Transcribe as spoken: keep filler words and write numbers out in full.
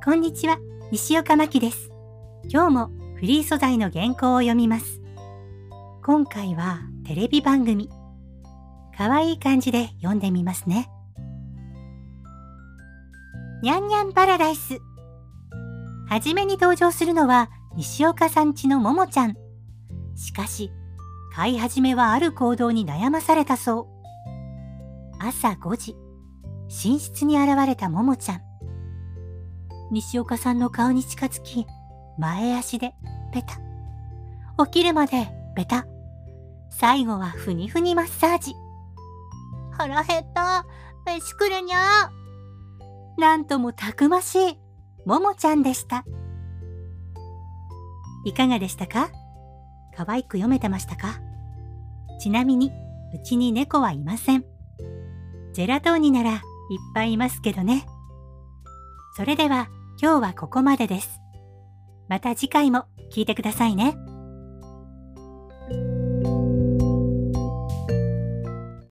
こんにちは、西岡真希です。今日もフリー素材の原稿を読みます。今回はテレビ番組。かわいい感じで読んでみますね。にゃんにゃんパラダイス。はじめに登場するのは西岡さんちのももちゃん。しかし、飼い始めはある行動に悩まされたそう。朝ごじ、寝室に現れたももちゃん。西岡さんの顔に近づき、前足でペタ。起きるまでペタ。最後はふにふにマッサージ。腹減った。飯くれにゃー。なんともたくましいももちゃんでした。いかがでしたか？可愛く読めてましたか？ちなみに、うちに猫はいません。ジェラトーニならいっぱいいますけどね。それでは今日はここまでです。また次回も聞いてくださいね。